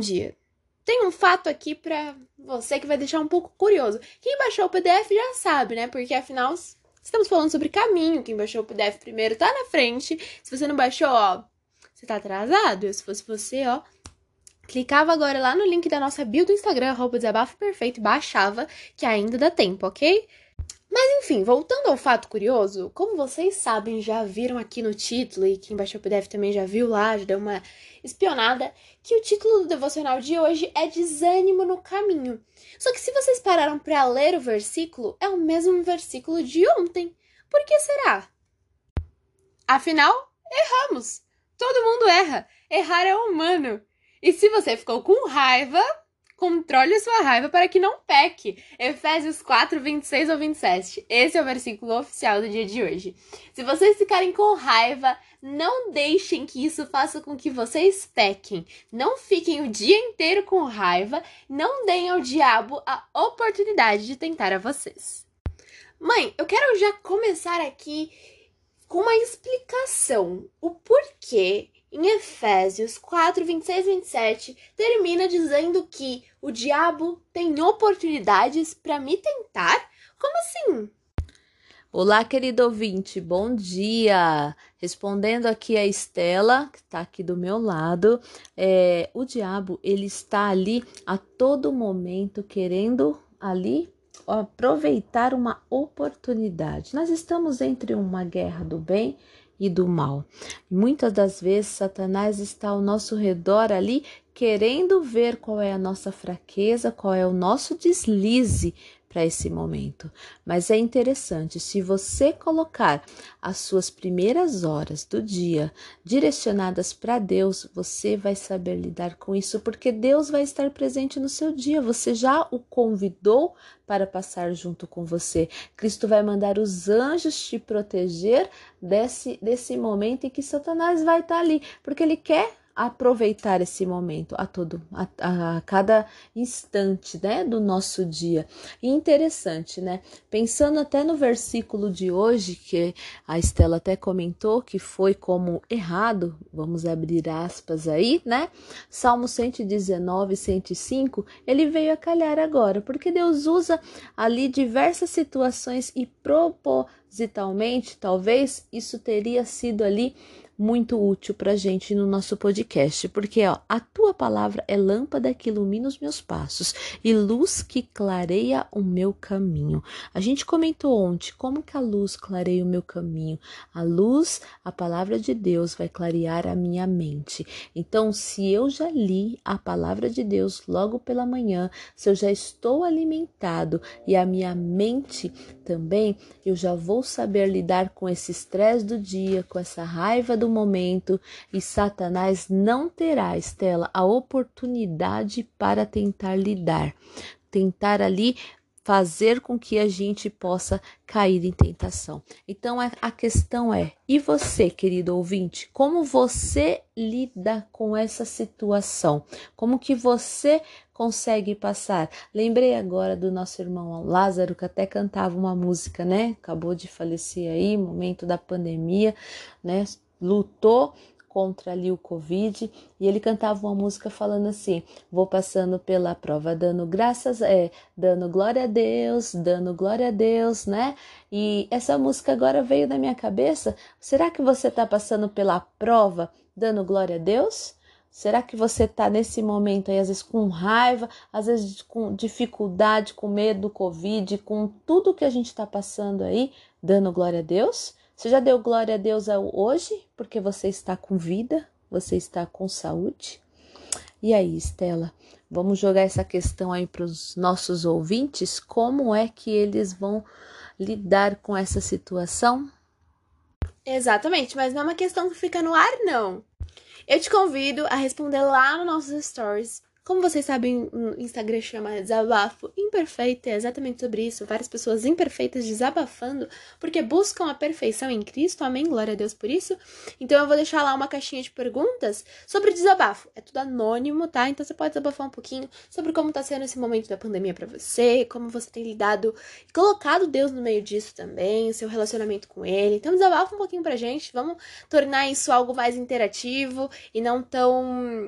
dia. Tem um fato aqui pra você que vai deixar um pouco curioso. Quem baixou o PDF já sabe, né? Porque afinal, estamos falando sobre caminho. Quem baixou o PDF primeiro tá na frente. Se você não baixou, ó, você tá atrasado. Se fosse você, ó, clicava agora lá no link da nossa bio do Instagram, @desabafo perfeito, e baixava, que ainda dá tempo, ok? Mas enfim, voltando ao fato curioso, como vocês sabem, já viram aqui no título, e quem baixou o PDF também já viu lá, já deu uma espionada, que o título do devocional de hoje é Desânimo no Caminho. Só que se vocês pararam para ler o versículo, é o mesmo versículo de ontem. Por que será? Afinal, erramos! Todo mundo erra. Errar é humano. E se você ficou com raiva, controle sua raiva para que não peque. Efésios 4, 26 ou 27. Esse é o versículo oficial do dia de hoje. Se vocês ficarem com raiva, não deixem que isso faça com que vocês pequem. Não fiquem o dia inteiro com raiva. Não deem ao diabo a oportunidade de tentar a vocês. Mãe, eu quero já começar aqui com uma explicação. O porquê em Efésios 4, 26 e 27, termina dizendo que o diabo tem oportunidades para me tentar? Como assim? Olá, querido ouvinte, bom dia! Respondendo aqui a Estela, que está aqui do meu lado, o diabo, ele está ali a todo momento querendo ali aproveitar uma oportunidade. Nós estamos entre uma guerra do bem e do mal. Muitas das vezes Satanás está ao nosso redor ali querendo ver qual é a nossa fraqueza, qual é o nosso deslize para esse momento. Mas é interessante, se você colocar as suas primeiras horas do dia direcionadas para Deus, você vai saber lidar com isso, porque Deus vai estar presente no seu dia. Você já o convidou para passar junto com você. Cristo vai mandar os anjos te proteger desse momento em que Satanás vai estar ali, porque ele quer aproveitar esse momento a cada instante, né, do nosso dia. E interessante, né? Pensando até no versículo de hoje, que a Estela até comentou que foi como errado, vamos abrir aspas aí, né? Salmo 119, 105, ele veio a calhar agora, porque Deus usa ali diversas situações e propositalmente, talvez isso teria sido ali muito útil para a gente no nosso podcast, porque a tua palavra é lâmpada que ilumina os meus passos e luz que clareia o meu caminho. A gente comentou ontem como que a luz clareia o meu caminho. A luz, a palavra de Deus, vai clarear a minha mente. Então, se eu já li a palavra de Deus logo pela manhã, se eu já estou alimentado e a minha mente também, eu já vou saber lidar com esse estresse do dia, com essa raiva do momento, e Satanás não terá, Estela, a oportunidade para tentar tentar ali fazer com que a gente possa cair em tentação. Então a questão e você, querido ouvinte, como você lida com essa situação? Como que você consegue passar? Lembrei agora do nosso irmão Lázaro, que até cantava uma música, né? Acabou de falecer aí, momento da pandemia, né? Lutou contra ali o Covid, e ele cantava uma música falando assim: vou passando pela prova, dando glória a Deus, né? E essa música agora veio na minha cabeça. Será que você está passando pela prova, dando glória a Deus? Será que você está nesse momento aí, às vezes com raiva, às vezes com dificuldade, com medo do Covid, com tudo que a gente está passando aí, dando glória a Deus? Você já deu glória a Deus hoje, porque você está com vida, você está com saúde? E aí, Estela, vamos jogar essa questão aí para os nossos ouvintes? Como é que eles vão lidar com essa situação? Exatamente, mas não é uma questão que fica no ar, não. Eu te convido a responder lá nos nossos stories. Como vocês sabem, o Instagram chama Desabafo Imperfeito, é exatamente sobre isso. Várias pessoas imperfeitas desabafando, porque buscam a perfeição em Cristo. Amém? Glória a Deus por isso. Então eu vou deixar lá uma caixinha de perguntas sobre desabafo. É tudo anônimo, tá? Então você pode desabafar um pouquinho sobre como tá sendo esse momento da pandemia pra você, como você tem lidado e colocado Deus no meio disso também, o seu relacionamento com Ele. Então desabafa um pouquinho pra gente. Vamos tornar isso algo mais interativo e não tão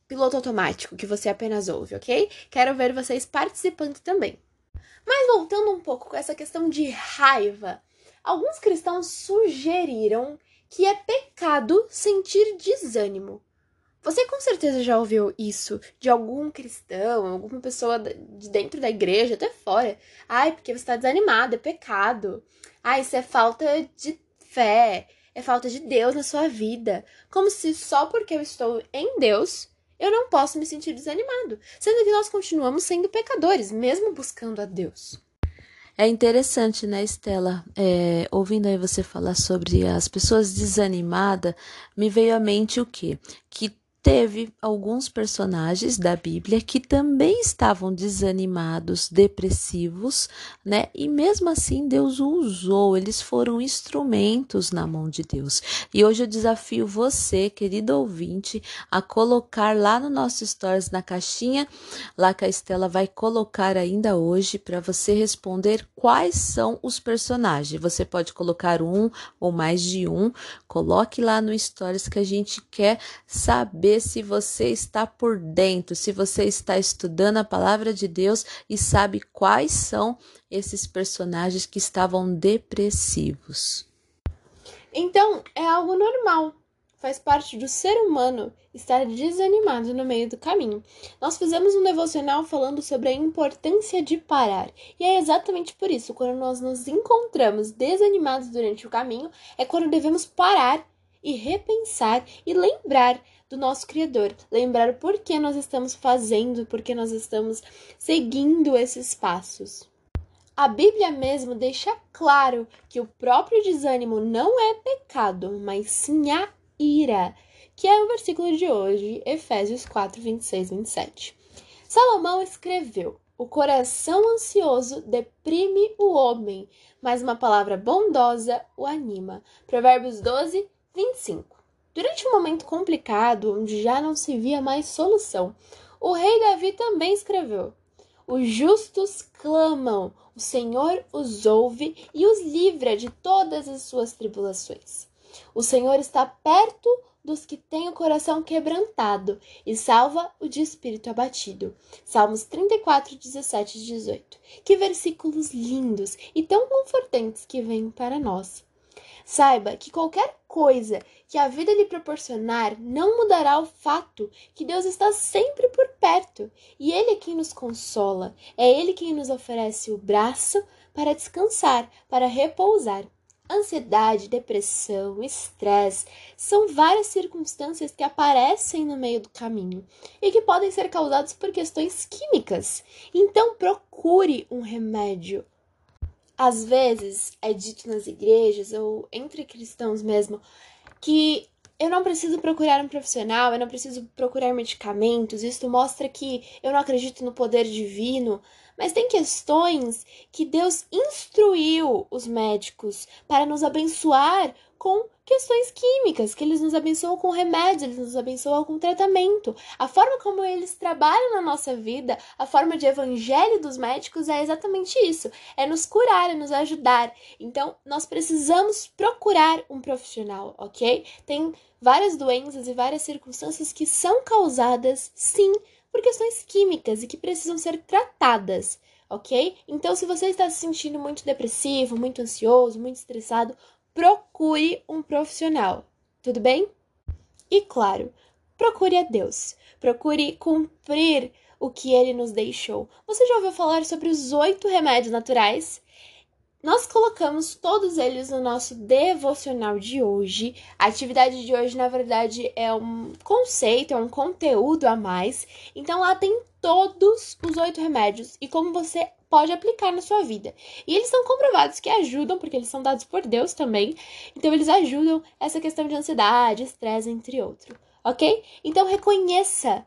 piloto automático que você apenas ouve, ok? Quero ver vocês participando também. Mas voltando um pouco com essa questão de raiva, alguns cristãos sugeriram que é pecado sentir desânimo. Você com certeza já ouviu isso de algum cristão, alguma pessoa de dentro da igreja, até fora. Ai, porque você está desanimado, é pecado. Ai, isso é falta de fé, é falta de Deus na sua vida. Como se só porque eu estou em Deus, eu não posso me sentir desanimado. Sendo que nós continuamos sendo pecadores, mesmo buscando a Deus. É interessante, né, Estela? Ouvindo aí você falar sobre as pessoas desanimadas, me veio à mente o quê? Que teve alguns personagens da Bíblia que também estavam desanimados, depressivos, né? E mesmo assim Deus o usou, eles foram instrumentos na mão de Deus. E hoje eu desafio você, querido ouvinte, a colocar lá no nosso Stories, na caixinha, lá que a Estela vai colocar ainda hoje para você responder quais são os personagens. Você pode colocar um ou mais de um, coloque lá no Stories que a gente quer saber se você está por dentro, se você está estudando a palavra de Deus e sabe quais são esses personagens que estavam depressivos. Então, é algo normal. Faz parte do ser humano estar desanimado no meio do caminho. Nós fizemos um devocional falando sobre a importância de parar. E é exatamente por isso, quando nós nos encontramos desanimados durante o caminho, é quando devemos parar e repensar e lembrar do nosso Criador. Lembrar o porquê nós estamos fazendo, porquê nós estamos seguindo esses passos. A Bíblia mesmo deixa claro que o próprio desânimo não é pecado, mas sim a ira, que é o versículo de hoje, Efésios 4, 26, 27. Salomão escreveu: o coração ansioso deprime o homem, mas uma palavra bondosa o anima. Provérbios 12, 25. Durante um momento complicado, onde já não se via mais solução, o rei Davi também escreveu: os justos clamam, o Senhor os ouve e os livra de todas as suas tribulações. O Senhor está perto dos que têm o coração quebrantado e salva o de espírito abatido. Salmos 34, 17 e 18. Que versículos lindos e tão confortantes que vêm para nós. Saiba que qualquer coisa que a vida lhe proporcionar não mudará o fato que Deus está sempre por perto e Ele é quem nos consola, é Ele quem nos oferece o braço para descansar, para repousar. Ansiedade, depressão, estresse são várias circunstâncias que aparecem no meio do caminho e que podem ser causadas por questões químicas. Então procure um remédio. Às vezes é dito nas igrejas ou entre cristãos mesmo que eu não preciso procurar um profissional, eu não preciso procurar medicamentos, isso mostra que eu não acredito no poder divino, mas tem questões que Deus instruiu os médicos para nos abençoar com questões químicas, que eles nos abençoam com remédios, eles nos abençoam com tratamento. A forma como eles trabalham na nossa vida, a forma de evangelho dos médicos é exatamente isso, é nos curar, é nos ajudar. Então, nós precisamos procurar um profissional, ok? Tem várias doenças e várias circunstâncias que são causadas, sim, por questões químicas e que precisam ser tratadas, ok? Então, se você está se sentindo muito depressivo, muito ansioso, muito estressado, procure um profissional, tudo bem? E claro, procure a Deus, procure cumprir o que Ele nos deixou. Você já ouviu falar sobre os 8 remédios naturais? Nós colocamos todos eles no nosso devocional de hoje. A atividade de hoje, na verdade, é um conceito, é um conteúdo a mais. Então, lá tem todos os 8 remédios e como você pode aplicar na sua vida. E eles são comprovados que ajudam, porque eles são dados por Deus também. Então, eles ajudam essa questão de ansiedade, estresse, entre outros. Ok? Então, reconheça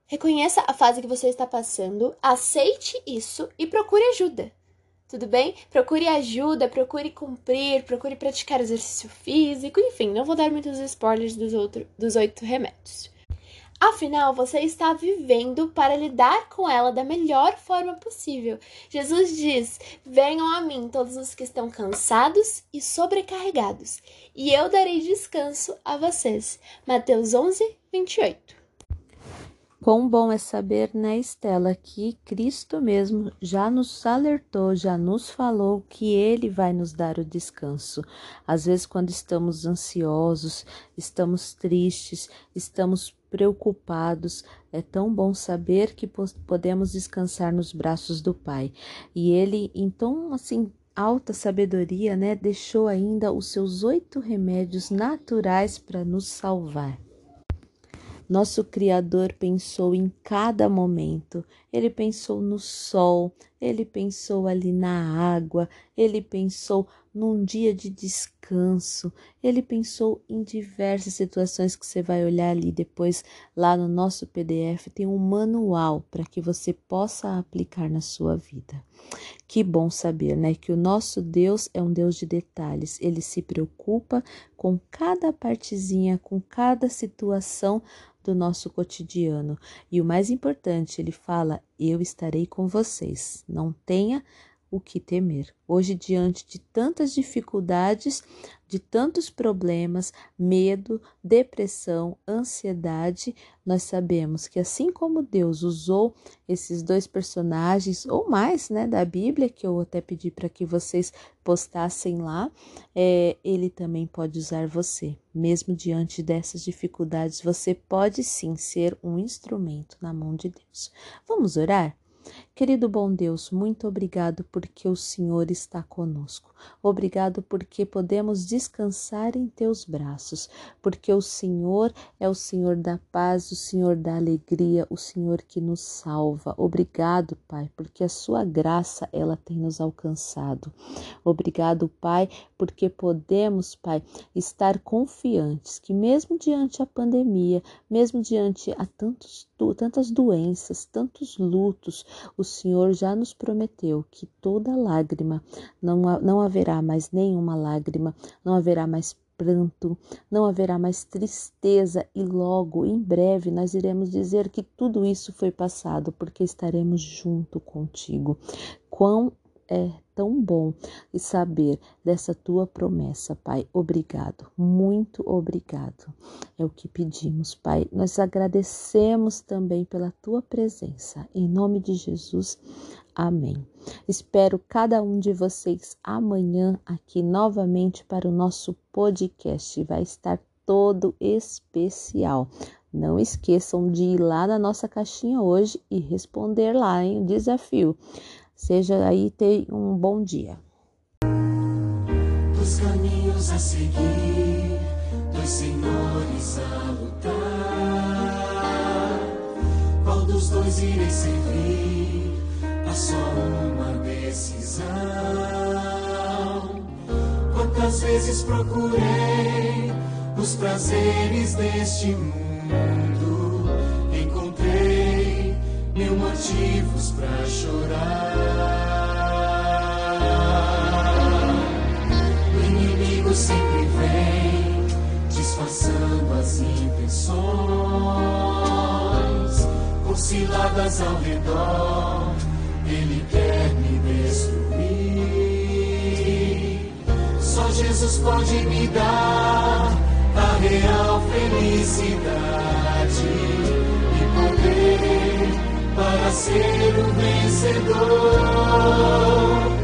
a fase que você está passando, aceite isso e procure ajuda. Tudo bem? Procure ajuda, procure cumprir, procure praticar exercício físico, enfim, não vou dar muitos spoilers dos 8 remédios. Afinal, você está vivendo para lidar com ela da melhor forma possível. Jesus diz: venham a mim todos os que estão cansados e sobrecarregados, e eu darei descanso a vocês. Mateus 11, 28. Quão bom é saber, né, Estela, que Cristo mesmo já nos alertou, já nos falou que Ele vai nos dar o descanso. Às vezes, quando estamos ansiosos, estamos tristes, estamos preocupados, é tão bom saber que podemos descansar nos braços do Pai. E Ele, então, assim, alta sabedoria, né, deixou ainda os seus 8 remédios naturais para nos salvar. Nosso Criador pensou em cada momento. Ele pensou no sol, ele pensou ali na água, ele pensou num dia de descanso, ele pensou em diversas situações que você vai olhar ali depois, lá no nosso PDF, tem um manual para que você possa aplicar na sua vida. Que bom saber, né, que o nosso Deus é um Deus de detalhes. Ele se preocupa com cada partezinha, com cada situação do nosso cotidiano. E o mais importante, ele fala: eu estarei com vocês. Não tenha o que temer. Hoje, diante de tantas dificuldades, de tantos problemas, medo, depressão, ansiedade, nós sabemos que assim como Deus usou esses 2 personagens, ou mais, né, da Bíblia, que eu até pedi para que vocês postassem lá, Ele também pode usar você. Mesmo diante dessas dificuldades, você pode sim ser um instrumento na mão de Deus. Vamos orar? Querido bom Deus, muito obrigado porque o Senhor está conosco. Obrigado porque podemos descansar em teus braços, porque o Senhor é o Senhor da paz, o Senhor da alegria, o Senhor que nos salva. Obrigado, Pai, porque a sua graça, ela tem nos alcançado. Obrigado, Pai, porque podemos, Pai, estar confiantes que mesmo diante a pandemia, mesmo diante a tantas doenças, tantos lutos, o Senhor já nos prometeu que toda lágrima, não haverá mais nenhuma lágrima, não haverá mais pranto, não haverá mais tristeza e logo, em breve, nós iremos dizer que tudo isso foi passado, porque estaremos junto contigo. Quão é tão bom e saber dessa tua promessa, Pai. Obrigado, muito obrigado. É o que pedimos, Pai. Nós agradecemos também pela tua presença. Em nome de Jesus, amém. Espero cada um de vocês amanhã aqui novamente para o nosso podcast. Vai estar todo especial. Não esqueçam de ir lá na nossa caixinha hoje e responder lá, hein? O desafio. Seja aí, tenha um bom dia. Os caminhos a seguir, 2 senhores a lutar. Qual dos 2 irei servir? Há só uma decisão. Quantas vezes procurei os prazeres deste mundo, encontrei 1000 motivos pra chorar. O inimigo sempre vem disfarçando as intenções, com ciladas ao redor, ele quer me destruir. Só Jesus pode me dar a real felicidade e poder para ser o vencedor.